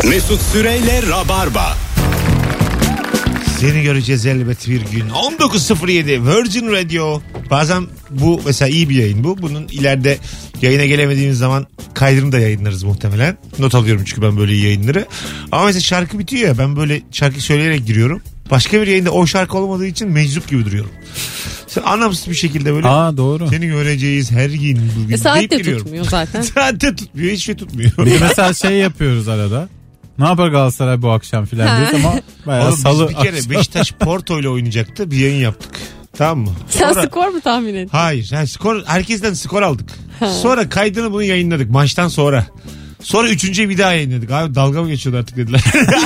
Mesut Süreyle Rabarba. Seni göreceğiz elbet bir gün. 19.07 Virgin Radio. Bazen bu mesela iyi bir yayın bu. Bunun ileride yayına gelemediğimiz zaman kaydını da yayınlarız muhtemelen. Not alıyorum çünkü ben böyle iyi yayınları. Ama mesela şarkı bitiyor ya, ben böyle şarkı söyleyerek giriyorum. Başka bir yayında o şarkı olmadığı için meczup gibi duruyorum. Sen anlamsız bir şekilde böyle doğru. seni göreceğiz her gün bugün saat de giriyorum. tutmuyor zaten. Saat de tutmuyor, hiçbir şey tutmuyor. Bir de mesela şey yapıyoruz arada. Ne yapar Galatasaray bu akşam filan diyoruz ama bayağı Oğlum salı biz bir kere akşam. Beşiktaş Porto ile oynayacaktı, bir yayın yaptık. Tamam mı? Sen skor mu tahmin ettin? Hayır. Yani skor, herkesten skor aldık. Sonra kaydını bunu yayınladık maçtan sonra. Sonra üçüncüye bir daha yayınladık. Abi dalga mı geçiyordu artık dediler.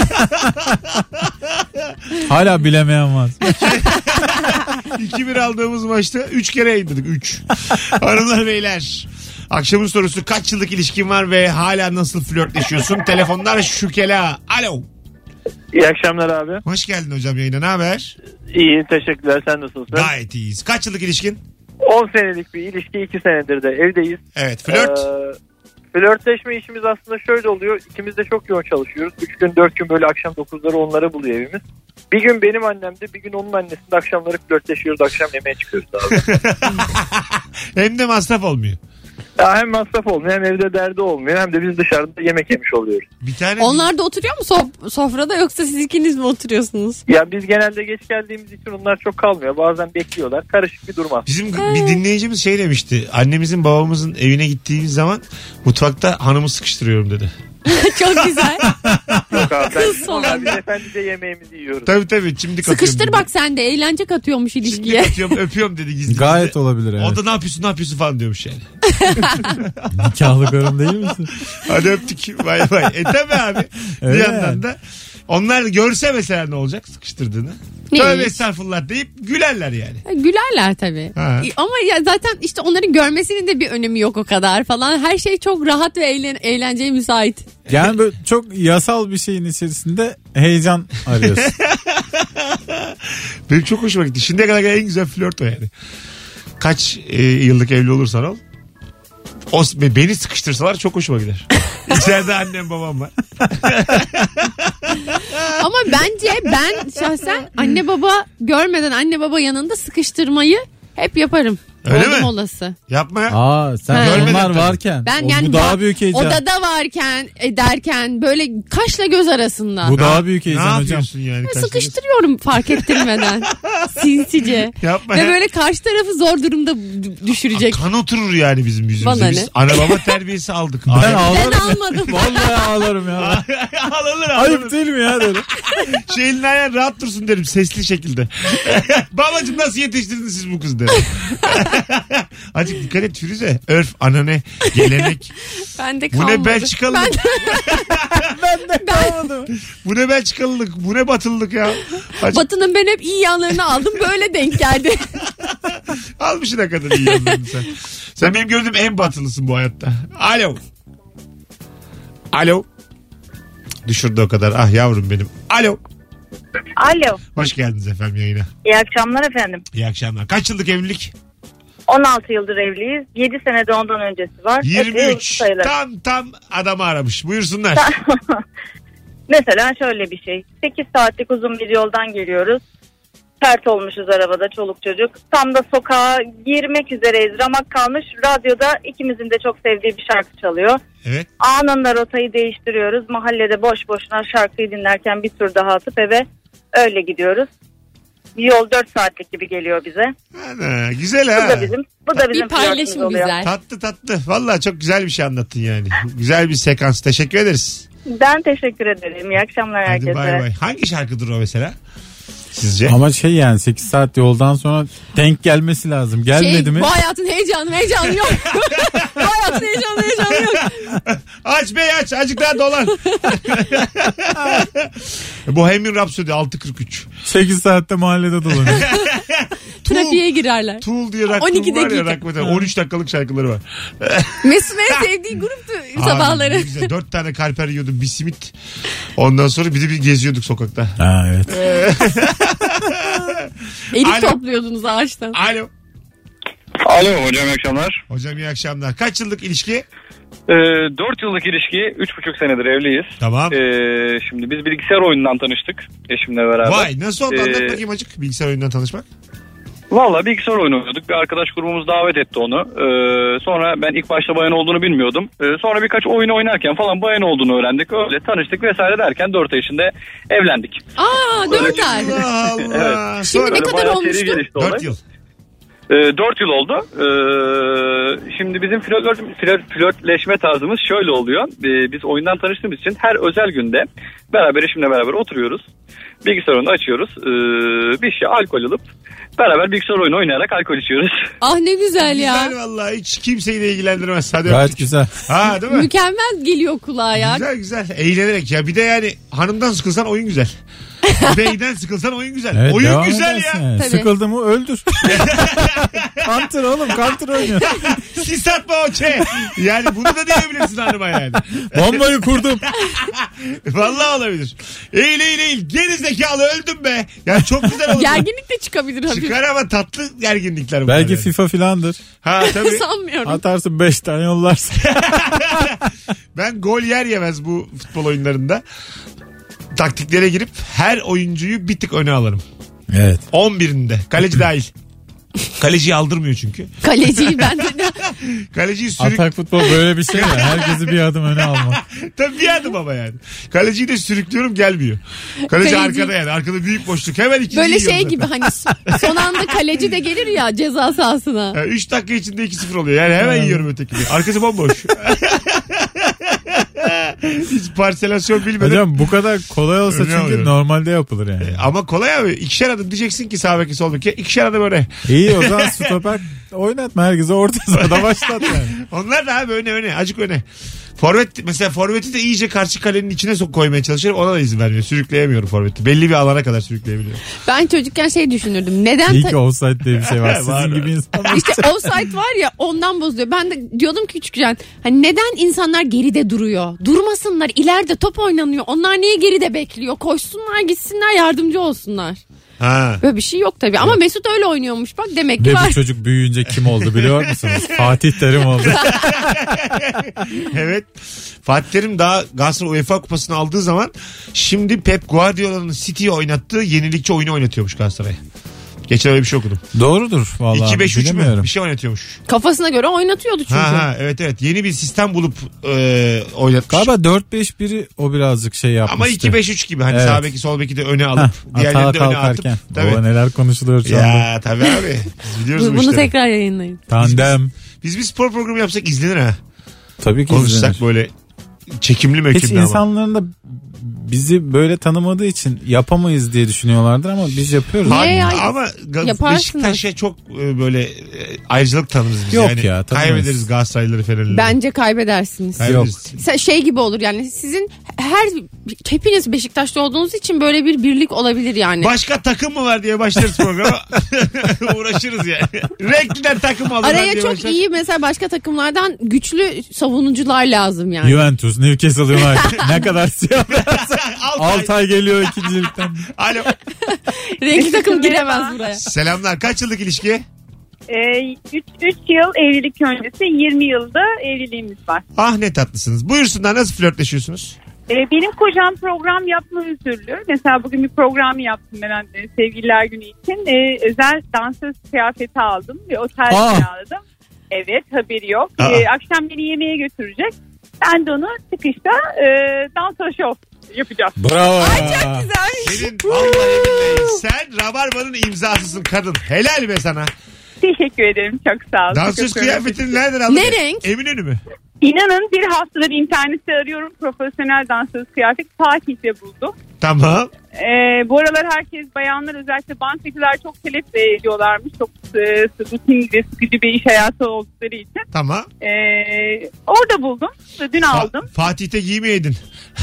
Hala bilemeyen var. 2-1 aldığımız maçta 3 kere yayınladık. 3. Hanımlar beyler. Akşamın sorusu, kaç yıllık ilişkin var ve hala nasıl flörtleşiyorsun? Telefonlar şükela. Alo. İyi akşamlar abi. Hoş geldin hocam yayına. Ne haber? İyi, teşekkürler. Sen nasılsın? Gayet iyiyiz. Kaç yıllık ilişkin? 10 senelik bir ilişki, 2 senedir de evdeyiz. Evet, flört. Flörtleşme işimiz aslında şöyle oluyor. İkimiz de çok yoğun çalışıyoruz. 3 gün 4 gün böyle akşam 9'ları onlara buluyor evimiz. Bir gün benim annemde, bir gün onun annesinde akşamları flörtleşiyoruz. Akşam yemeğe çıkıyoruz abi. Hem de masraf olmuyor. Ya hem masraf olmuyor, hem evde derdi olmuyor, hem de biz dışarıda yemek yemiş oluyoruz. Bir tane Onlar da oturuyor mu sofrada, yoksa siz ikiniz mi oturuyorsunuz? Ya biz genelde geç geldiğimiz için onlar çok kalmıyor. Bazen bekliyorlar. Karışık bir durum aslında. Bizim bir dinleyicimiz şey demişti. Annemizin babamızın evine gittiğimiz zaman mutfakta hanımı sıkıştırıyorum dedi. Çok güzel. Yok abi, Kız sonunda. biz efendice yemeğimizi yiyoruz. Tabii şimdi katıyorum. Sıkıştır bak sen de, eğlence katıyormuş Şimdi ilişkiye. katıyorum, öpüyorum dedi gizli. Gayet olabilir, evet. O da ne yapıyorsun falan diyormuş yani. Nikahlı karım değil misin? Hadi öptük. Bay bay. Tabii abi. Bir Evet. yandan da onlar görse mesela ne olacak sıkıştırdığını? Ne? Tövbe estağfurullah deyip gülerler yani. Gülerler tabii. Ha. Ama ya zaten işte onların görmesinin de bir önemi yok o kadar falan. Her şey çok rahat ve eğlenceye müsait. Yani böyle çok yasal bir şeyin içerisinde heyecan arıyorsun. Benim çok hoşuma gitti. Şimdiye kadar en güzel flört o yani. Kaç yıllık evli olursan ol. Beni sıkıştırsalar çok hoşuma gider. İçeride annem babam var. Ama bence ben şahsen anne baba görmeden, anne baba yanında sıkıştırmayı hep yaparım. Öyle Oldum mi? olası. Yapma ya. Sen Görmeden onlar tabii. varken. Ben Bu yani daha büyük heyecan. odada varken derken böyle kaşla göz arasında. Bu daha büyük Ne heyecan hocam. yapıyorsun yani? Sıkıştırıyorum fark ettirmeden. Sinsice. Yapma Ve ya. böyle karşı tarafı zor durumda düşürecek. Kan oturur yani bizim yüzümüze. Bana Biz ne? ana baba terbiyesi aldık. Ben Aile- ağlarım. Ben almadım. Vallahi ağlarım ya. Alınır Ayıp değil mi ya dedim. Şey, elini ayağın rahat dursun derim sesli şekilde. Babacım nasıl yetiştirdiniz siz bu kızı derim. Azıcık dikkat et Firuze. Örf, anane, gelenek. Ben de Bu kalmadı. ne Belçikalılık. Ben de kalmadım. Bu ne Belçikalılık. Bu ne Batılılık ya. Azıcık Batı'nın ben hep iyi yanlarını aldım, böyle denk geldi. almışsın ne kadar iyi yanlarını sen. Sen benim gördüğüm en batılısın bu hayatta. Alo. Alo. Düşürdü o kadar. Ah yavrum benim. Alo. Alo. Hoş geldiniz efendim yayına. İyi akşamlar efendim. İyi akşamlar. Kaç yıllık evlilik? 16 yıldır evliyiz. 7 senede ondan öncesi var. Epey uzun 23. sayılır. Tam adamı aramış. Buyursunlar. Mesela şöyle bir şey. 8 saatlik uzun bir yoldan geliyoruz. Pert olmuşuz arabada, çoluk çocuk. Tam da sokağa girmek üzereyiz. Ramak kalmış. Radyoda ikimizin de çok sevdiği bir şarkı çalıyor. Evet. Anında rotayı değiştiriyoruz. Mahallede boş boşuna şarkıyı dinlerken bir tur daha atıp eve öyle gidiyoruz. Yol 4 saatlik gibi geliyor bize. Ana, güzel ha. Bu da bizim Bir paylaşım flörtümüz oluyor. güzel. Tatlı. Vallahi çok güzel bir şey anlattın yani. Güzel bir sekans. Teşekkür ederiz. Ben teşekkür ederim. İyi akşamlar Hadi herkese. bay bay. Hangi şarkıdır o mesela? Sizce? Ama şey yani 8 saat yoldan sonra denk gelmesi lazım. Gelmedi mi? Bu hayatın heyecanı yok. Bu hayatın heyecanı yok. Aç bey aç. Azıcık daha dolan. Bohemian Rhapsody 6.43. 8 saatte mahallede dolanıyor. Trafiğe girerler. Tool diye rock 12 grubu var ya, dakika. rock metal. 13 dakikalık şarkıları var. Mesut'un en sevdiği gruptu sabahları. Abi, ne güzel. 4 tane kalper yiyordum. Bir simit. Ondan sonra bir geziyorduk sokakta. Ha evet. Erik Alo. topluyordunuz ağaçtan. Alo. Alo hocam, iyi akşamlar. Hocam iyi akşamlar. Kaç yıllık ilişki? 4 yıllık ilişki, 3,5 senedir evliyiz. Tamam. Şimdi biz bilgisayar oyunundan tanıştık eşimle beraber. Vay, nasıl oldu, anlat bakayım acık bilgisayar oyunundan tanışmak. Valla bilgisayar oyunu oynuyorduk. Bir arkadaş grubumuz davet etti onu. Sonra ben ilk başta bayan olduğunu bilmiyordum. Sonra birkaç oyun oynarken falan bayan olduğunu öğrendik. Öyle tanıştık vesaire derken 4 ay içinde evlendik. 4 ay. Allah Allah. Evet. Şimdi ne kadar olmuştu? 4 yıl. 4 yıl oldu. Şimdi bizim flörtleşme tarzımız şöyle oluyor. Biz oyundan tanıştığımız için her özel günde eşimle beraber oturuyoruz. Bilgisayar oyunu açıyoruz. Bir şey alkol alıp beraber bilgisayar oyunu oynayarak alkol içiyoruz. Ah ne güzel ya. Güzel vallahi, hiç kimseyi de ilgilendirmez. Hadi Gayet öptük. güzel. Ha, değil mi? Mükemmel geliyor kulağa ya. Güzel güzel. Eğlenerek ya. Bir de yani hanımdan sıkılsan oyun güzel. Beyden sıkılsan oyun güzel. Evet, oyun devam güzel edersin ya. yani. Tabii. Sıkıldı mı öldür. Counter oğlum, counter oynuyor. Sis atma o çe. Yani bunu da diyebilirsin hanıma yani. Bombayı kurdum. Vallahi olabilir. Eğil. Geri zekalı, öldüm be. Yani çok güzel olur. Gerginlik de çıkabilir hafif. Çıkar ama tatlı gerginlikler bunlar. Belki yani. FIFA filandır. Ha tabii. Sanmıyorum. Atarsın 5 tane yollarsın. Ben gol yer yemez bu futbol oyunlarında taktiklere girip her oyuncuyu bir tık öne alırım. Evet. 11'inde. Kaleci dahil. Kaleciyi aldırmıyor çünkü. Kaleciyi ben de Kaleciyi sürük... Atak futbol böyle bir şey ya. Herkesi bir adım öne alma. Tabii bir adım ama yani. Kaleciyi de sürüklüyorum, gelmiyor. Kaleci arkada yani. Arkada büyük boşluk. Hemen ikinci böyle yiyorum şey zaten. gibi hani son anda kaleci de gelir ya ceza sahasına. 3 dakika içinde 2-0 oluyor. Yani hemen yiyorum ötekini. Arkası bomboş. Hiç parselasyon bilmeden. Hocam bu kadar kolay olsa Öne çünkü alıyorum. normalde yapılır yani. Ama kolay abi. 2'şer adım diyeceksin ki sağ beki sol beki. 2'şer adım öne. İyi, o zaman stoper oynatma, herkese orta sahada başlat yani. Onlar da abi öne. Acık öne. Forvet, mesela forveti de iyice karşı kalenin içine koymaya çalışıyorum. Ona da izin vermiyor. Sürükleyemiyorum forveti. Belli bir alana kadar sürükleyebiliyorum. Ben çocukken şey düşünürdüm. Neden İyi ki offside diye bir şey var. Var. Sizin gibi insanlar. İşte offside var ya, ondan bozuyor. Ben de diyordum ki küçükken hani neden insanlar geride duruyor? Durmasınlar, ileride top oynanıyor. Onlar niye geride bekliyor? Koşsunlar, gitsinler, yardımcı olsunlar. Ha. Böyle bir şey yok tabii. Ama Mesut öyle oynuyormuş, bak demek ki Ve var. bu çocuk büyüyünce kim oldu biliyor musunuz? Fatih Terim oldu. Evet. Fatih Terim daha Galatasaray UEFA kupasını aldığı zaman şimdi Pep Guardiola'nın City'yi oynattığı yenilikçi oyunu oynatıyormuş Galatasaray'a. Geçen öyle bir şey okudum. Doğrudur vallahi. 2-5-3 mü? bilemiyorum. Bir şey oynatıyormuş. Kafasına göre oynatıyordu çünkü. Evet. Yeni bir sistem bulup oynatmış. Galiba 4-5-1'i o birazcık şey Ama yapmıştı. 2-5-3 gibi. Hani Evet. sağ beki sol beki de öne alıp Atağa diğerlerini de öne atıp. kalkarken. Tabii. O neler konuşuluyor şu anda. Ya tabii abi. Biz biliyoruz bu Bunu işleri. tekrar yayınlayın. Tandem. Biz bir spor programı yapsak izlenir ha. Tabii ki Konuşsak izlenir. böyle çekimli Hiç mekimli ama. insanların da bizi böyle tanımadığı için yapamayız diye düşünüyorlardır ama biz yapıyoruz. Niye Abi, ya? ama Yaparsınız. Beşiktaş'a çok böyle ayrıcılık tanırız biz. Yok yani. ya, tanımayız. Kaybederiz Galatasaraylıları Fenerlileri. Bence kaybedersiniz. Kaybederiz. Şey gibi olur yani, sizin hepiniz Beşiktaşlı olduğunuz için böyle bir birlik olabilir yani. Başka takım mı var diye başlarız programa. Uğraşırız yani. Renkliler takım alırlar Araya diye çok başlar. iyi mesela başka takımlardan güçlü savunucular lazım yani. Juventus, Newcastle United. Ne kadar siyah. 6 ay geliyor ikincilikten. Alo. Renkli takım giremez buraya. Selamlar. Kaç yıllık ilişki? 3 yıl evlilik öncesi, 20 yılda evliliğimiz var. Ah ne tatlısınız. Buyursunlar, nasıl flörtleşiyorsunuz? Benim kocam program yapma özürlü. Mesela bugün bir program yaptım ben Sevgililer Günü için. Özel dansöz kıyafeti aldım ve otel kiraladım. Evet, haberi yok. Akşam beni yemeğe götürecek. Ben de onu çıkışta dansöz şov yapacağız. Bravo. Ay çok güzelmiş. Senin vallahi billahi sen Rabarba'nın imzasısın kadın. Helal be sana. Teşekkür ederim, çok sağ olun. Dansöz kıyafetini nereden aldın? Ne renk? Eminönü mü? İnanın bir haftadır internette arıyorum, profesyonel dansöz kıyafet Fatih'te buldum. Tamam. Bu aralar herkes, bayanlar özellikle bankacılar çok talep ediyorlarmış. Çok rutin ve sıkıcı bir iş hayatı oldukları için. Tamam. Orada buldum. Dün aldım. Fatih'te giymeyeydin.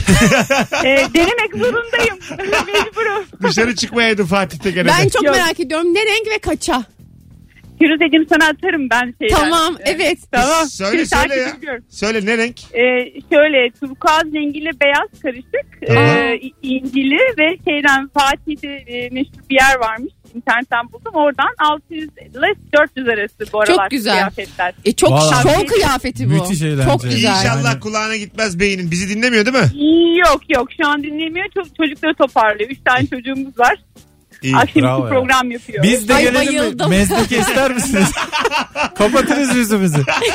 Denemek zorundayım. Mecburum. Dışarı çıkmayaydın Fatih'te gene. Ben de. çok Yok. merak ediyorum. Ne renk ve kaça? Firuzeciğim, sana atarım ben şeyden. Tamam, evet. Tamam. Söyle Takip ya. ediyorum. Söyle ne renk? Şöyle turkuaz rengiyle beyaz karışık. Tamam. İncili ve şeyden Fatih'te meşhur bir yer varmış. internetten buldum. Oradan 600 ile 400 arası bu aralar Çok güzel. kıyafetler. Çok Vallahi şov kıyafeti bu. müthiş eğlence. Çok güzel. İnşallah Yani- kulağına gitmez beynin. Bizi dinlemiyor değil mi? Yok şu an dinlemiyor. Çocukları toparlıyor. 3 tane çocuğumuz var. İyi. Akşamüstü bravo ya. program yapıyor. Biz de Ay, gelelim mi? bayıldım. Mezdeke ister misiniz? Kapatırız yüzümüzü.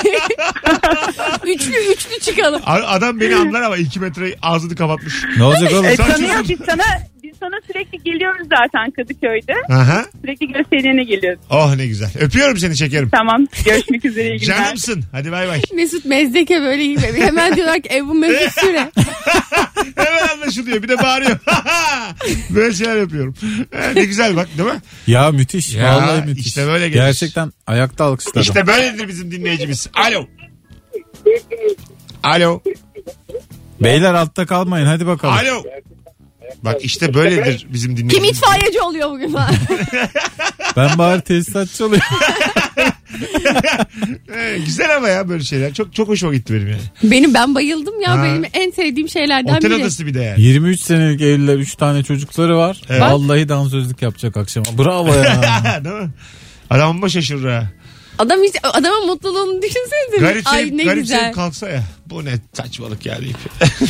Üçlü çıkalım. Adam beni anlar ama 2 metre ağzını kapatmış. Ne olacak oğlum? Tanıyor biz sana sürekli geliyoruz zaten Kadıköy'de. Aha. Sürekli gösterilerine geliyoruz. Oh ne güzel. Öpüyorum seni şekerim. Tamam görüşmek üzere iyi günler. Canımsın. Hadi bay bay. Mesut Mezdeke böyle gibi. Hemen diyorlar ki bu Mesut Süre. Hemen anlaşılıyor. Bir de bağırıyor. Böyle şeyler yapıyorum. Ne güzel bak değil mi? Ya müthiş. Ya, Vallahi müthiş. işte böyle gelir. Gerçekten ayakta alkışladım. İşte böyledir bizim dinleyicimiz. Alo. Alo. Beyler altta kalmayın hadi bakalım. Alo. Bak işte böyledir bizim Kim dinleyicimiz. itfaiyeci oluyor bugün? Ben bari tesisatçı olayım. Güzel ama ya böyle şeyler. Çok hoşuma gitti benim yani. Ben bayıldım ya. Ha. Benim en sevdiğim şeylerden Otel biri. odası bir de yani. 23 senelik evliler 3 tane çocukları var. Evet. Vallahi dansözlük yapacak akşam. Bravo ya. Değil mi? Adam amma şaşırır ha. Adamın mutluluğunu düşünsenize. Ay ne garip güzel. kalksa ya. Bu ne saçmalık ya deyip.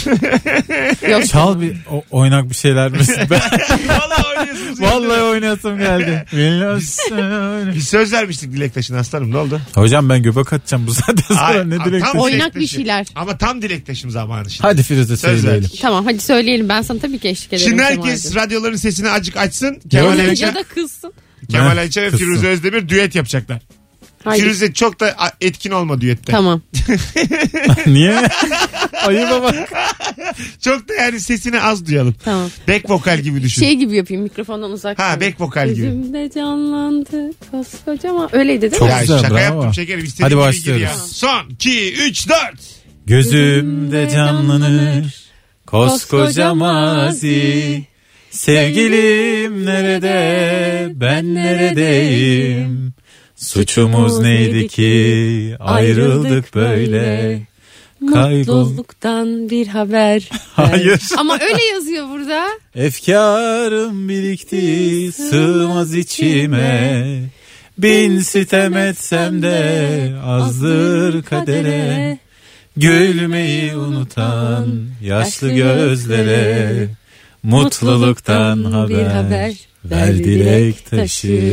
Yok. Çal bir oynak bir şeyler misin? Vallahi oynuyorsunuz. Vallahi oynasım geldi. Biliyorsun. Biz söz vermiştik Dilektaş'ın aslanım ne oldu? Hocam ben göbek atacağım bu saatten sonra Ay, ne tam dilektaşı. Oynak Dilektaşı. bir şeyler. Ama tam Dilektaş'ım zamanı şimdi. Hadi Firuze Söz söyleyelim. verdik. Tamam hadi söyleyelim. Ben sana tabii ki eşlik ederim. Şimdi herkes Kemal'cim. radyoların sesini azıcık açsın. Kemal Ayça, Ya da kızsın. Kemal Ayça ve Kızsın. Firuze Özdemir düet yapacaklar. Haydi. Firuze çok da etkin olma düette. Tamam. Niye? Ayıba bak. Çok da yani sesini az duyalım. Tamam. Back vokal gibi düşün. Şey gibi yapayım mikrofondan uzak. Ha, back vokal gibi. Gözümde canlandı koskocaman. Öyleydi değil Çok mi? Ya güzel, şaka bravo. yaptım şekerim. İstediğin Hadi gibi başlıyoruz. gir ya. Son 2 3 4. Gözümde canlanır koskoca mazi. Sevgilim nerede, ben neredeyim? Suçumuz neydi ki ayrıldık böyle? Mutluluktan bir haber. Hayır. Ama öyle yazıyor burada. Efkarım birikti sığmaz içime. Bin sitem etsem de azdır kadere. Gülmeyi unutan yaşlı gözlere. Mutluluktan haber ver dilek taşı.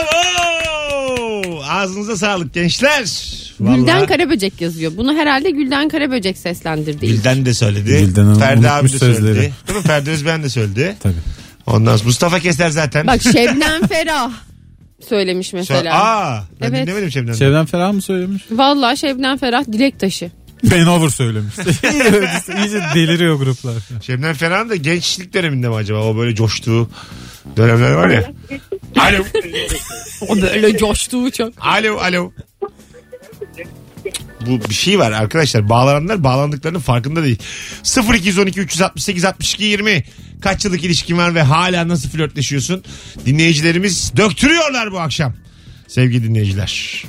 Bravo! Ağzınıza sağlık gençler. Gülden Vallahi Karaböcek yazıyor. Bunu herhalde Gülden Karaböcek seslendirdi. Gülden de söyledi. Gülden Hanım Ferdi abi unutmuş de söyledi. sözleri. Değil mi? Ferdi Özben de söyledi. Tabii. Ondan sonra Mustafa Keser zaten. Bak Şebnem Ferah söylemiş mesela. Ben Evet. dinlemedim Şebnem'den. Şebnem Ferah mı söylemiş? Vallahi Şebnem Ferah dilek taşı. Fenover söylemiş. İyice deliriyor gruplar. Şebnem Ferah'ın da gençlik döneminde mi acaba? O böyle coştuğu dönemler var ya. Alo. O böyle coştuğu çok. Alo. Bu bir şey var arkadaşlar. Bağlananlar bağlandıklarının farkında değil. 0212 368 62 20. Kaç yıllık ilişkin var ve hala nasıl flörtleşiyorsun? Dinleyicilerimiz döktürüyorlar bu akşam. Sevgili dinleyiciler.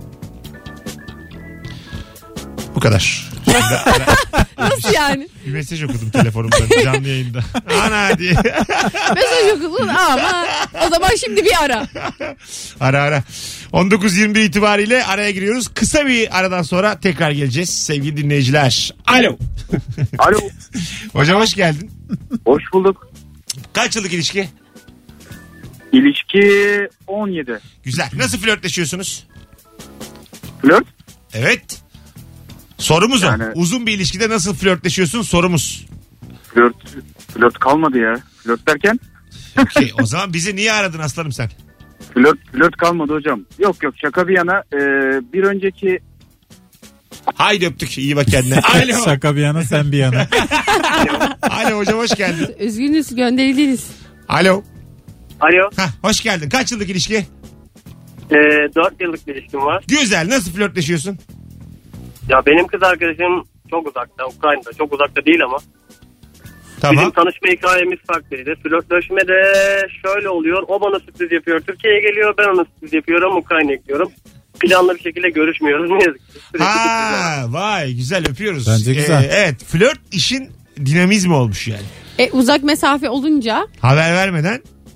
Bu kadar. Nasıl yani? Bir mesaj okudum telefonumdan canlı yayında. Ana diye. Mesaj okudun ama o zaman şimdi bir ara. Ara. 19.21 itibariyle araya giriyoruz. Kısa bir aradan sonra tekrar geleceğiz sevgili dinleyiciler. Alo. Alo. Hocam hoş geldin. Hoş bulduk. Kaç yıllık ilişki? İlişki 17. Güzel. Nasıl flörtleşiyorsunuz? Flört? Evet. Sorumuz Yani- o. Uzun bir ilişkide nasıl flörtleşiyorsun sorumuz. Flört kalmadı ya. Flört derken? Okey, o zaman bizi niye aradın aslanım sen? Flört kalmadı hocam. Yok şaka bir yana. Bir önceki Haydi öptük. İyi bak kendine. Alo. Şaka bir yana sen bir yana. Alo hocam hoş geldin. Üzgünüz gönderildiniz. Alo. Alo. Hoş geldin. Kaç yıllık ilişki? 4 yıllık bir ilişkim var. Güzel. Nasıl flörtleşiyorsun? Ya benim kız arkadaşım çok uzakta. Ukrayna'da. Çok uzakta değil ama. Tamam. Bizim tanışma hikayemiz farklıydı. Flörtleşme de şöyle oluyor. O bana sürpriz yapıyor. Türkiye'ye geliyor. Ben ona sürpriz yapıyorum. Ukrayna'ya gidiyorum. Planlı bir şekilde görüşmüyoruz. Ne yazık ki. Sürekli sürpriz var. Vay güzel öpüyoruz. Bence güzel. Evet flört işin dinamizmi olmuş yani. Uzak mesafe olunca Haber vermeden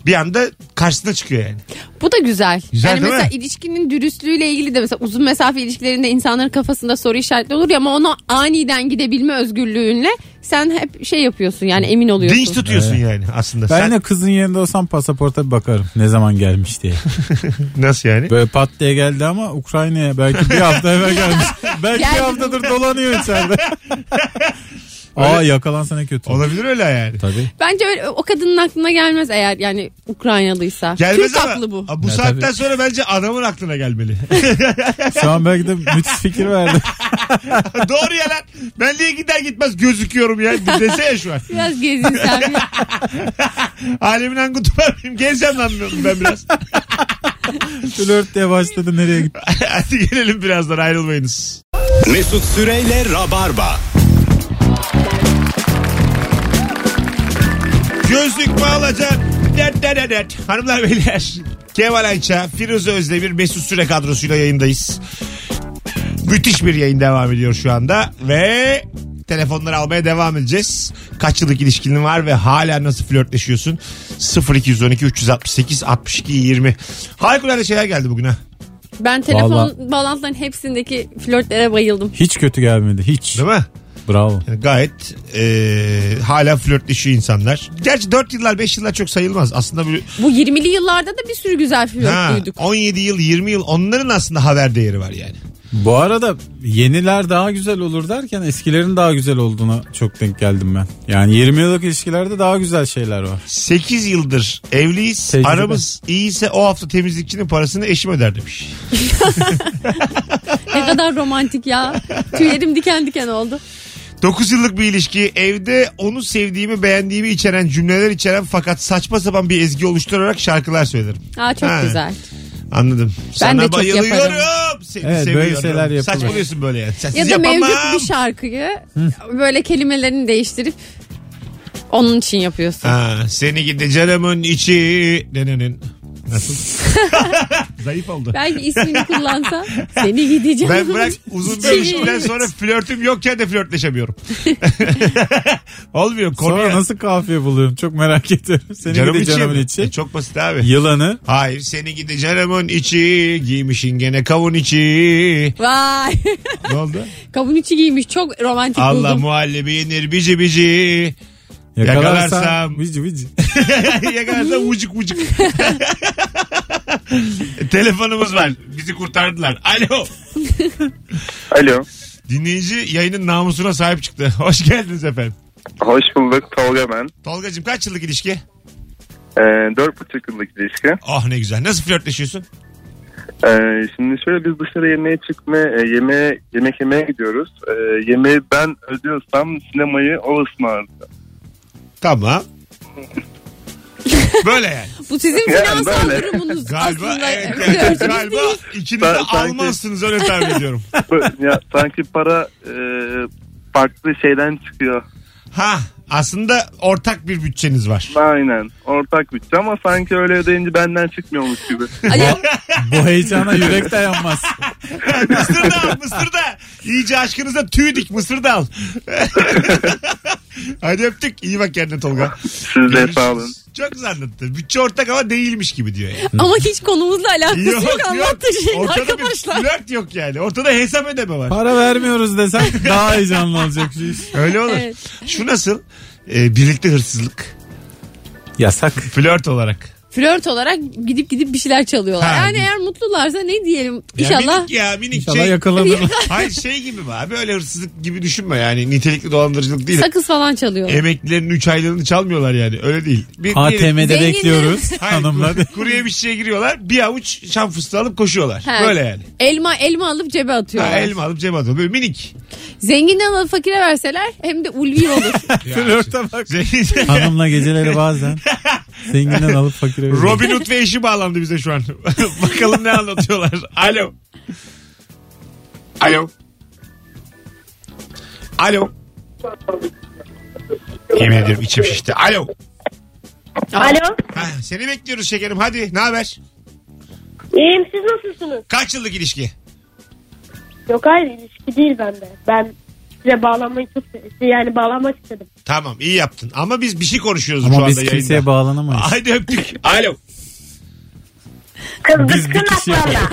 bir anda karşısına çıkıyor yani. Bu da güzel. Güzel yani değil mesela mi? ilişkinin dürüstlüğüyle ilgili de mesela uzun mesafe ilişkilerinde insanların kafasında soru işaretli olur ya ama ona aniden gidebilme özgürlüğünle sen hep şey yapıyorsun yani emin oluyorsun. Dinç tutuyorsun yani aslında. Ben Sen de kızın yerinde olsam pasaporta bir bakarım ne zaman gelmiş diye. nasıl yani? Böyle pat diye geldi ama Ukrayna'ya belki bir hafta evvel gelmiş. Belki bir haftadır dolanıyor içeride. Yakalansa ne kötü. Olabilir öyle yani. Tabii. Bence öyle, o kadının aklına gelmez eğer yani Ukraynalıysa. Gelmez Türk ama aklı bu. bu Ya saatten tabii. sonra bence adamın aklına gelmeli. Şu an belki de müthiş fikir verdi. Doğru ya lan. Ben niye gider gitmez gözüküyorum ya. Desene şu an. Biraz gezin sen. Alemin angutu var mıyım? Gezeceğim lan ben biraz. Flört diye başladı nereye gitti? Hadi gelelim birazdan, ayrılmayınız. Mesut Süreyle Rabarba. Gözlük mü alacaksın? Dert. Hanımlar beyler. Kemal Ayça, Firuze Özdemir, Mesut Süre kadrosuyla yayındayız. Müthiş bir yayın devam ediyor şu anda. Ve telefonları almaya devam edeceğiz. Kaç yıllık ilişkin var ve hala nasıl flörtleşiyorsun? 0212 368 62 20. Harikulade şeyler geldi bugün ha. Ben telefon Vallahi. bağlantıların hepsindeki flörtlere bayıldım. Hiç kötü gelmedi hiç. Değil mi? Bravo. Yani gayet hala flörtleşiyor insanlar. Gerçi 4 yıllar 5 yıllar çok sayılmaz. Aslında böyle, Bu 20'li yıllarda da bir sürü güzel flört duyduk. 17 yıl 20 yıl onların aslında haber değeri var yani. Bu arada yeniler daha güzel olur derken eskilerin daha güzel olduğuna çok denk geldim ben. Yani 20 yıllık ilişkilerde daha güzel şeyler var. 8 yıldır evliyiz. Tecrübe. Aramız iyiyse o hafta temizlikçinin parasını eşim öder demiş. Ne kadar romantik ya. Tüylerim diken diken oldu. 9 yıllık bir ilişki, evde onu sevdiğimi beğendiğimi içeren cümleler içeren fakat saçma sapan bir ezgi oluşturarak şarkılar söylerim. Aa, çok Ha. güzel. Anladım. Ben Sana de çok bayılıyorum. yaparım. Seni Evet, böyle seviyorum. şeyler yapılır. Saçmalıyorsun böyle yani. Sensiz Ya da yapamam. mevcut bir şarkıyı böyle kelimelerini değiştirip onun için yapıyorsun. Seni gidi canımın içi. Nasıl? Zayıf oldu. Belki ismini kullansa seni gideceğim. Ben bırak uzun bir ilişkiden sonra flörtüm yokken de flörtleşemiyorum. Olmuyor. Konuya... Sonra nasıl kafiye buluyorum çok merak ediyorum. Seni gidi canımın içi. Çok basit abi. Yılanı. Hayır, seni gidi canımın içi, giymişin gene kavun içi. Vay. Ne oldu? Kavun içi giymiş, çok romantik Allah buldum. muhallebi yenir bici bici. Yakalarsam. Vici vici. Yakalarsam vucuk vucuk. Telefonumuz var. Bizi kurtardılar. Alo. Alo. Dinleyici yayının namusuna sahip çıktı. Hoş geldiniz efendim. Hoş bulduk. Tolga ben. Tolgacığım kaç yıllık ilişki? 4,5 yıllık ilişki. Oh ne güzel. Nasıl flörtleşiyorsun? Şimdi şöyle biz dışarı yemek yemeye gidiyoruz. Yemeği ben ödüyorsam sinemayı o ısmarladı. Tamam. Böyle yani. Bu sizin Yani finansal böyle. durumunuz Galiba aslında. evet, Flörtünüz galiba değil. ikiniz de Sanki- Almansınız öyle tahmin ediyorum. Ya sanki para farklı şeyden çıkıyor. Ha aslında ortak bir bütçeniz var. Aynen. Ortak bütçe ama sanki öyle ödeyince benden çıkmıyormuş gibi. Bu heyecana yürek dayanmaz. Mısır'da. İyice aşkınıza tüy dik, Mısır'da al. Hadi öptük. İyi bak kendine Tolga. Siz de sağ olun. Çok güzel anlattı. Bütçe ortak ama değilmiş gibi diyor yani. Ama hiç konumuzla alakası yok, anlattığı şeyin Ortada arkadaşlar. bir flört yok yani. Ortada hesap ödeme var. Para vermiyoruz desem daha heyecanlı olacak şu iş. Öyle olur. Evet. Şu nasıl? Birlikte hırsızlık. Yasak. Flört olarak. Flört olarak gidip bir şeyler çalıyorlar. Ha, Yani gidip- eğer mutlularsa ne diyelim? Ya İnşallah. minik İnşallah şey. yakalanır. Hayır şey gibi mi abi? Öyle hırsızlık gibi düşünme yani. Nitelikli dolandırıcılık değil. Sakız falan çalıyorlar. Emeklilerin 3 aylığını çalmıyorlar yani. Öyle değil. ATM'de Zenginler- bekliyoruz Hayır, hanımlar. Kuru yemişçiye giriyorlar. Bir avuç şam fıstığı alıp koşuyorlar. Ha. Böyle yani. Elma alıp cebe atıyorlar. Ha, elma alıp cebe atıyor. Böyle minik. Zenginden alıp fakire verseler hem de ulvi olur. Flörte bak. Zengin- Hanımla geceleri bazen zenginden alıp fakire veriyor. Robin Hood ve eşi bağlandı bize şu an. Bakalım ne anlatıyorlar. Alo. Alo. Alo. Yemin ederim içim şişti. Alo. Alo. Ha, seni bekliyoruz şekerim. Hadi ne haber? İyiyim, siz nasılsınız? Kaç yıllık ilişki? Yok hayır, ilişki değil bende. Ben size bağlanmayı yani bağlanmak istedim. Tamam, iyi yaptın. Ama biz bir şey konuşuyoruz şu Ama anda biz yayında. kimseye bağlanamayız. Haydi öptük. Alo. Biz bir kişiye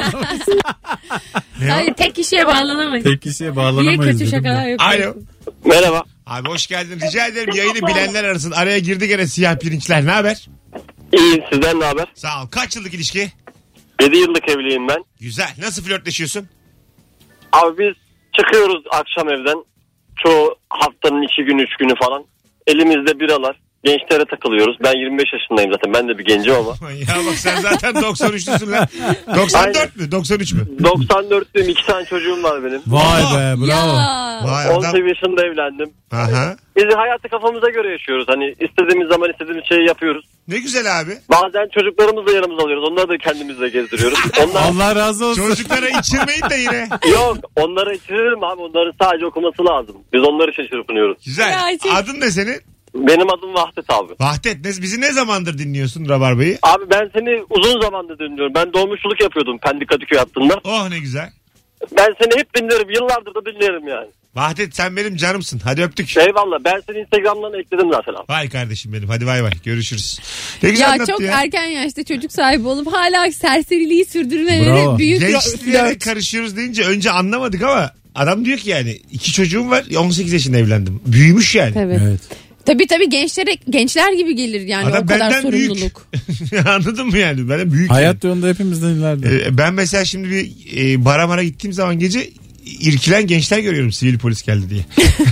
Hayır, tek kişiye bağlanamayız. Tek kişiye Niye bağlanamayız. kötü dedim şakalar ben. yapıyorsun? Alo. Merhaba. Abi hoş geldin. Rica ederim yayını bilenler arasın. Araya girdi gene siyah pirinçler. Ne haber? İyiyim, sizden ne haber? Sağ ol. Kaç yıllık ilişki? 7 yıllık evliyim ben. Güzel. Nasıl flörtleşiyorsun? Abi biz çıkıyoruz akşam evden. Çoğu haftanın 2 günü 3 günü falan. Elimizde biralar. Gençlere takılıyoruz. Ben 25 yaşındayım zaten. Ben de bir gencim ama. Ya bak sen zaten 93'lüsün lan. 94 mü? 93 mü? 94'lüyüm. 2 tane çocuğum var benim. Vay be, bravo. Vay adam. 18 yaşında evlendim. Aha. Biz hayatı kafamıza göre yaşıyoruz. Hani istediğimiz zaman istediğimiz şeyi yapıyoruz. Ne güzel abi. Bazen çocuklarımızı da yanımıza alıyoruz. Onları da kendimizle gezdiriyoruz. Allah razı olsun. Çocuklara içirmeyin de yine. Yok, onlara içiririm abi. Onların sadece okuması lazım. Biz onlar için çırpınıyoruz. Güzel. Ya, Adın ne senin? Benim adım Vahdet abi. Vahdet. Bizi ne zamandır dinliyorsun Rabarba'yı? Abi ben seni uzun zamandır dinliyorum. Ben dolmuşçuluk yapıyordum Pendik Kadıköy hattında. Oh ne güzel. Ben seni hep dinlerim. Yıllardır da dinlerim yani. Vahdet sen benim canımsın. Hadi öptük. Eyvallah. Ben seni Instagram'dan ekledim zaten abi. Vay kardeşim benim. Hadi bay bay. Görüşürüz. Ne güzel Ya anlattı çok ya. erken yaşta çocuk sahibi olup hala serseriliği sürdürmeleri Bravo. büyük Gençliğe flört. karışıyoruz deyince önce anlamadık ama adam diyor ki yani 2 çocuğum var 18 yaşında evlendim. Büyümüş yani. Evet. Evet. Tabii gençler gibi gelir yani Adam o kadar benden büyük. sorumluluk. Anladın mı yani? Benden büyük. Hayat yolunda hepimizden ileride. Ben mesela şimdi bir bara mara gittiğim zaman gece irkilen gençler görüyorum sivil polis geldi diye.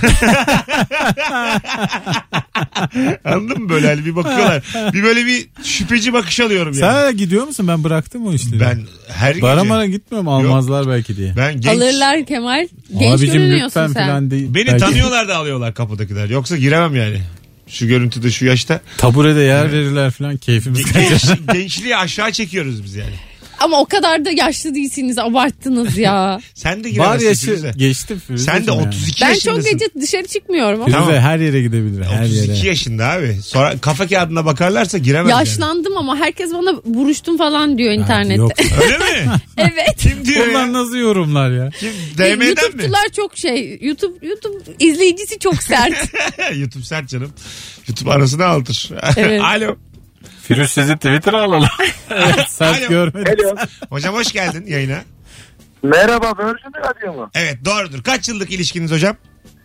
Anladın mı böyle hani bir bakıyorlar. Bir böyle bir şüpheci bakış alıyorum yani. Sen gidiyor musun? Ben bıraktım o işleri. Ben her gece. Bara mara gitmiyorum, almazlar belki diye. Ben genç. Alırlar Kemal. Genç Abicim görünüyorsun lütfen sen. falan değil. Beni Belki tanıyorlar da alıyorlar kapıdakiler. Yoksa giremem yani. Şu görüntüde şu yaşta. taburede yer verirler falan, keyfimiz kaçar. Gençliği aşağı çekiyoruz biz yani. Ama o kadar da yaşlı değilsiniz, abarttınız ya. Sen de Var giremezsin yaşı Firuze. geçti Firuze. Sen de 32 Ben yaşındasın. çok gece dışarı çıkmıyorum ama. Firuze Tamam. her yere gidebilir. Her 32 yere. yaşında abi. Sonra kafa kağıdına bakarlarsa giremez yani. Yaşlandım ama herkes bana vuruştum falan diyor internette. Yok. Öyle mi? Evet. Kim diyor Bunlar ya? nasıl yorumlar ya? Kim? DM'den mi? YouTube'cular çok YouTube izleyicisi çok sert. YouTube sert canım. YouTube arasına altır. Evet. Alo. Firuze sizi Twitter'a alalım. Sert Alo. görmedim. Hocam hoş geldin yayına. Merhaba, Virgin Radio mu? Evet doğrudur. Kaç yıllık ilişkiniz hocam?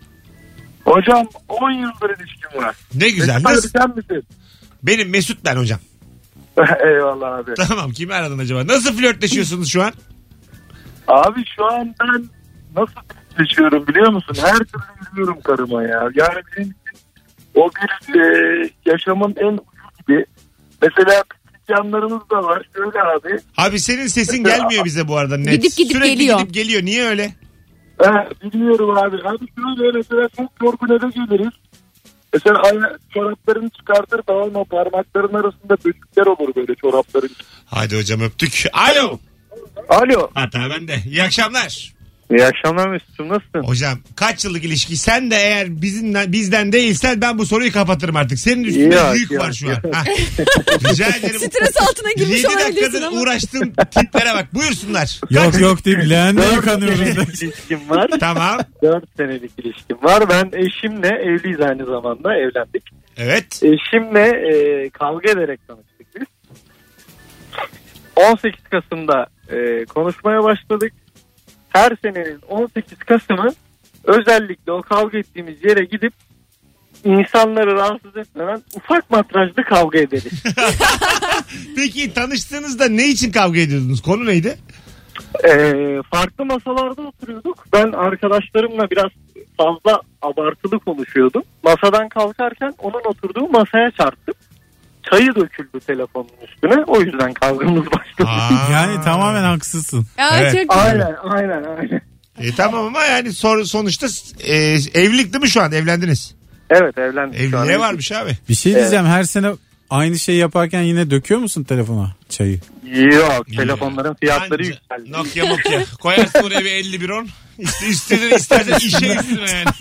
Hocam 10 yıldır ilişkim var. Ne güzel. Mesut abi Nasıl? sen misin? Benim Mesut ben hocam. Eyvallah abi. Tamam kimi aradın acaba? Nasıl flörtleşiyorsunuz şu an? Abi şu an ben nasıl seçiyorum biliyor musun? Her türlü yürüyorum karıma ya. Yani benim için o bir yaşamın en ucu gibi. Mesela yanlarımız da var. Şöyle abi. Abi senin sesin gelmiyor bize bu arada net. Gidip Sürekli geliyor. gidip geliyor. Niye öyle? Bilmiyorum abi. Abi şöyle mesela çok yorgun eve geliriz. Mesela çoraplarını çıkartır tamam mı? Parmakların arasında bölükler olur böyle çorapların. Hadi hocam öptük. Alo. Alo. Hata bende. İyi akşamlar. İyi akşamlar Mesut'um, nasılsın? Hocam kaç yıllık ilişki? Sen de eğer bizden değilsen ben bu soruyu kapatırım artık. Senin üstünde Yok, yük yok, var şu yok. an. Hah. Rica ederim. Stres altına girmiş 7 olabilirsin dakikadır ama. uğraştığım tiplere bak. Buyursunlar. Yok değil. Leğende yıkanıyoruz. ilişkim var. Tamam. 4 senelik ilişkim var. Ben eşimle evliyiz aynı zamanda. Evlendik. Evet. Eşimle kavga ederek tanıştık biz. 18 Kasım'da konuşmaya başladık. Her senenin 18 Kasım'ı özellikle o kavga ettiğimiz yere gidip insanları rahatsız etmeden ufak matrajlı kavga ederiz. Peki tanıştığınızda ne için kavga ediyordunuz? Konu neydi? Farklı masalarda oturuyorduk. Ben arkadaşlarımla biraz fazla abartılı konuşuyordum. Masadan kalkarken onun oturduğu masaya çarptım. Çayı döküldü telefonun üstüne. O yüzden kavgamız başladı. Yani tamamen haksızsın. Ya Evet. çok güzel. Aynen. Tamam ama yani sonuçta evlilik değil mi şu an? Evlendiniz. Evet evlendik. Ne varmış abi? Bir şey diyeceğim, her sene aynı şeyi yaparken yine döküyor musun telefona çayı? Yok, telefonların fiyatları Anca yükseldi. Nokia. Koyarsın oraya bir 5110. İstersen işe üstüne yani.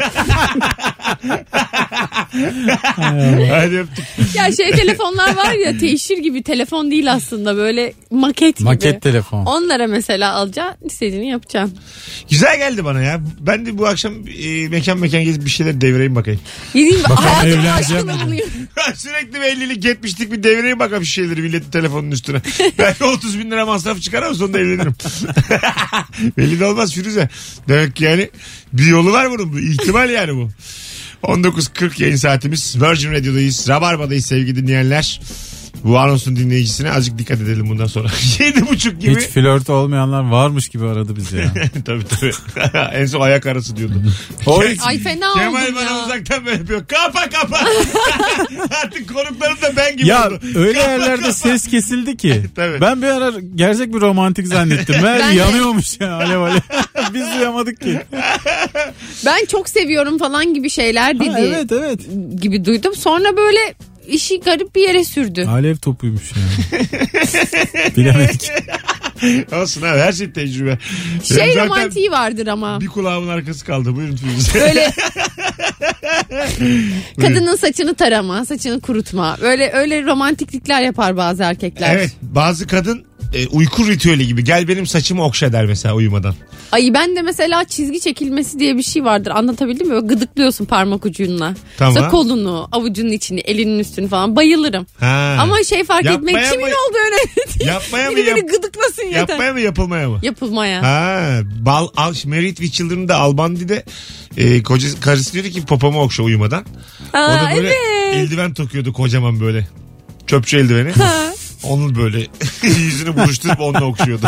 Hadi öptük. Ya telefonlar var ya, teşhir gibi telefon değil aslında, böyle maket gibi. Maket telefon. Onlara mesela alacaksın, istediğini yapacaksın. Güzel geldi bana ya. Ben de bu akşam mekan gezip bir şeyler devireyim bakayım. Gideyim hayatımın evleneceğim aşkını bulayım. Sürekli bir 50'lik 70'lik bir devireyim bakalım bir şeyleri milletin telefonunun üstüne. Belki 30 bin lira masraf çıkar ama sonunda evlenirim. Belli de olmaz Firuze. Demek ki yani bir yolu var bunun. Bu ihtimal yani bu. 19.40 yayın saatimiz. Virgin Radio'dayız. Rabarba'dayız sevgili dinleyenler. Bu anonsun dinleyicisine azıcık dikkat edelim bundan sonra. 7.30 gibi. Hiç flört olmayanlar varmış gibi aradı bizi ya. tabii. En son ayak arası diyordu. Ay fena oldum Kemal bana ya. uzaktan böyle yapıyor. Kapa. Artık konuklarım da ben gibi Ya oldu. öyle yerlerde ses kesildi ki. Tabii. Ben bir ara gerçek bir romantik zannettim. Ben de. Yanıyormuş ya alev. Biz duyamadık ki. Ben çok seviyorum falan gibi şeyler dedi. Evet. Gibi duydum. Sonra böyle işi garip bir yere sürdü. Alev topuymuş yani. Bilemedik. Olsun abi, her şey tecrübe. Zaten romantiği vardır ama. Bir kulağımın arkası kaldı. Buyurun Firuze. Böyle kadının saçını tarama, saçını kurutma. Öyle romantiklikler yapar bazı erkekler. Evet, bazı kadın uyku ritüeli gibi. Gel benim saçımı okşa der mesela uyumadan. Ay ben de mesela çizgi çekilmesi diye bir şey vardır. Anlatabildim mi? Böyle gıdıklıyorsun parmak ucunla. Tamam. İşte kolunu, avucunun içini, elinin üstünü falan. Bayılırım. Ha. Ama fark Yapmaya etmek kimin mı- olduğu önemli değil. Yapmaya mı Biri beni gıdıklasın yeter. Yapmaya mı yapılmaya mı? Yapılmaya. Ha, Married with Children'da Albandi'de karısı diyordu ki popomu okşa uyumadan. O da böyle evet. eldiven takıyordu kocaman böyle. Çöpçü eldiveni. Onun böyle yüzünü buruşturup onunla okşuyordu.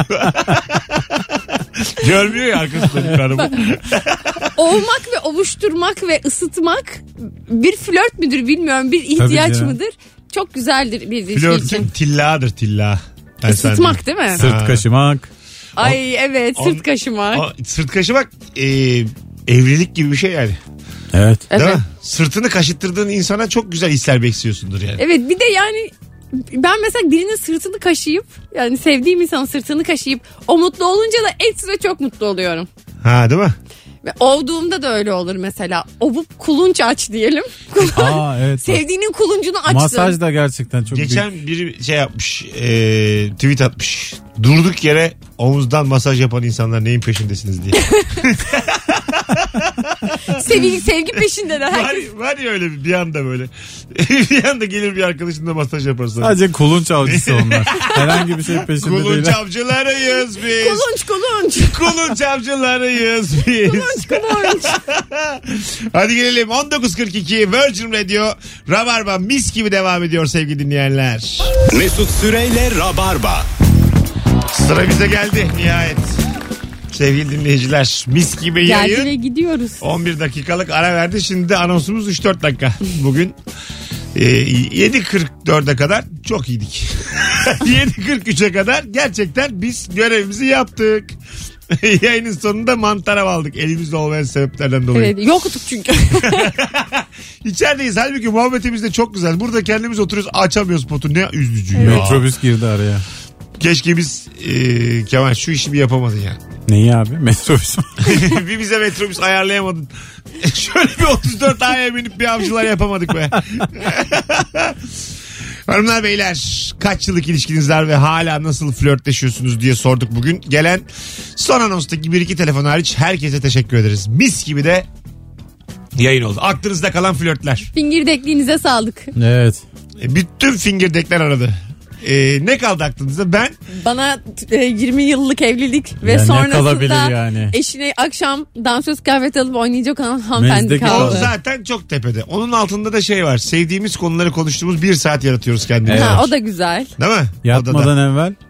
Görmüyor ya arkasındaki karımı. Ovmak ve ovuşturmak ve ısıtmak bir flört müdür bilmiyorum, bir ihtiyaç mıdır? Çok güzeldir bir ilişki Flörtün için. tilladır tilla. Isıtmak değil mi? Sırt kaşımak. Ay evet, sırt kaşımak. Sırt kaşımak evlilik gibi bir şey yani. Evet. Değil Evet. mi? Sırtını kaşıttırdığın insana çok güzel hisler besliyorsundur yani. Evet, bir de yani ben mesela birinin sırtını kaşıyıp, yani sevdiğim insanın sırtını kaşıyıp o mutlu olunca da ekstra çok mutlu oluyorum. Ha, değil mi? Ve ovduğumda da öyle olur mesela. Ovup kulunç aç diyelim. Aa evet. Sevdiğinin kuluncunu açtın. Masaj da gerçekten çok Geçen büyük. biri şey yapmış, tweet atmış. Durduk yere omuzdan masaj yapan insanlar neyin peşindesiniz diye. Sevgi peşindeler. var ya öyle bir anda böyle. Bir anda gelir bir arkadaşın da masaj yaparsa. Sadece kulunç avcısı onlar. Herhangi bir şey peşinde Kulunç değiller. avcılarıyız biz. Kulunç. Kulunç avcılarıyız biz. Kulunç. Hadi gelelim. 19.42 Virgin Radio Rabarba mis gibi devam ediyor sevgili dinleyenler. Mesut Süreyle Rabarba. Sıra bize geldi nihayet. Sevgili dinleyiciler, mis gibi Geldi yayın. ve gidiyoruz. 11 dakikalık ara verdi. Şimdi de anonsumuz 3-4 dakika. Bugün 7.44'e kadar çok iyiydik. 7.43'e kadar gerçekten biz görevimizi yaptık. Yayının sonunda mantar aldık. Elimizde olmayan sebeplerden dolayı. Evet, yoktuk çünkü. İçerideyiz. Halbuki muhabbetimiz de çok güzel. Burada kendimiz oturuyoruz, açamıyoruz potu. Ne üzücü ya. Metrobüs girdi araya. Keşke biz Kemal şu işi bir yapamadın ya. Neyi abi? Metrobüs mü? Bir bize metrobüs ayarlayamadın. Şöyle bir 34 A'ya binip bir avcılar yapamadık be. Hanımlar beyler, kaç yıllık ilişkiniz var ve hala nasıl flörtleşiyorsunuz diye sorduk bugün. Gelen son anonstaki 1-2 telefon hariç herkese teşekkür ederiz. Mis gibi de yayın oldu. Aklınızda kalan flörtler. Fingirdekliğinize sağlık. Evet. Bütün fingirdekler aradı. Ne kaldı aklınızda? Ben Bana 20 yıllık evlilik ve Ya ne sonrasında kalabilir yani? eşine akşam dansöz kıyafet alıp oynayacak olan hanımefendi Mezdeki o kaldı. zaten çok tepede. Onun altında da şey var. Sevdiğimiz konuları konuştuğumuz 1 saat yaratıyoruz kendimize. Evet. Ha, o da güzel. Değil mi? Yatmadan evvel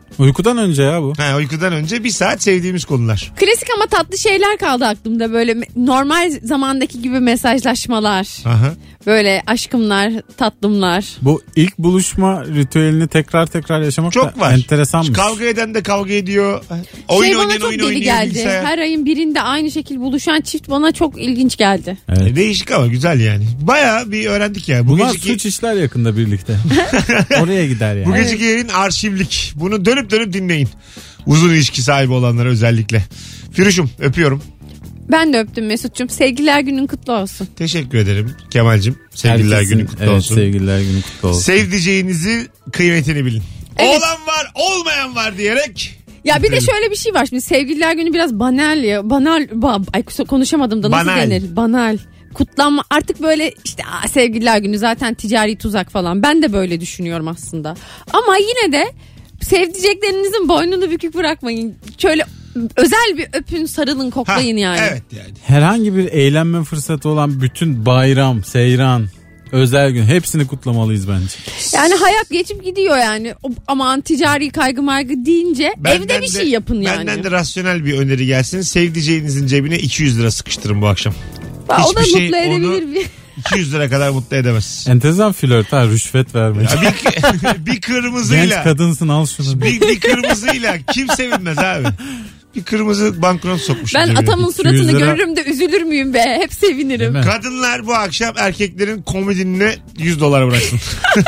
Uykudan önce ya bu. Uykudan önce bir saat sevdiğimiz konular. Klasik ama tatlı şeyler kaldı aklımda. Böyle normal zamandaki gibi mesajlaşmalar. Aha. Böyle aşkımlar, tatlımlar. Bu ilk buluşma ritüelini tekrar yaşamak çok da var. enteresanmış. Kavga eden de kavga ediyor. Oyun bana çok deli geldi. Her ayın birinde aynı şekilde buluşan çift bana çok ilginç geldi. Evet. Değişik ama güzel yani. Bayağı bir öğrendik ya. Bunlar suç işler yakında birlikte. Oraya gider yani. Bu geceki yayın arşivlik. Bunu dönüp dinleyin. Uzun ilişki sahibi olanlara özellikle. Firuş'um öpüyorum. Ben de öptüm Mesut'cum. Sevgililer günün kutlu olsun. Teşekkür ederim Kemal'cim. Sevgililer günü kutlu olsun. Sevgililer günü kutlu olsun. Sevdiceğinizi kıymetini bilin. Evet. Olan var olmayan var diyerek. Ya bir de şöyle bir şey var şimdi sevgililer günü biraz banal ya. Konuşamadım da nasıl denir? Banal. Kutlanma artık böyle işte sevgililer günü zaten ticari tuzak falan. Ben de böyle düşünüyorum aslında. Ama yine de sevdiceklerinizin boynunu bükük bırakmayın. Şöyle özel bir öpün, sarılın, koklayın yani. Evet yani. Herhangi bir eğlenme fırsatı olan bütün bayram, seyran, özel gün hepsini kutlamalıyız bence. Yani hayat geçip gidiyor yani. Aman ticari kaygı deyince evde bir şey yapın yani. Benden de rasyonel bir öneri gelsin. Sevdiceğinizin cebine 200 lira sıkıştırın bu akşam. O da mutlu edebilir bir. 200 lira kadar mutlu edemez. Enteresan flört rüşvet vermek. Bir kırmızıyla. Genç kadınsın al şunu. Bir kırmızıyla kim sevinmez abi. Bir kırmızı banknot sokmuş. Ben cebine. atamın suratını görürüm de üzülür müyüm be? Hep sevinirim. Kadınlar bu akşam erkeklerin komodinine $100 bıraksın.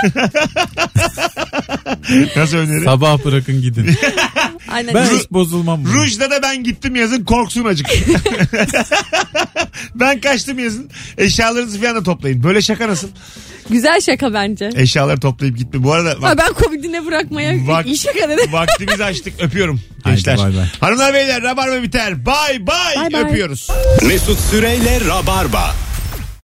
Nasıl öneri? Sabah bırakın gidin. Aynen. Ben hiç bozulmam. Rujda da ben gittim yazın korksun acık. Ben kaçtım yazın. Eşyalarınızı falan da toplayın. Böyle şaka nasıl? Güzel şaka bence. Eşyaları toplayıp gitme. Bu arada ben komodine bırakmaya iyi şaka dedim. Vaktimizi açtık. Öpüyorum gençler. Haydi, bay bay. Hanımlar beyler Rabarba biter. Bay bay. Öpüyoruz. Mesut Süreyle Rabarba.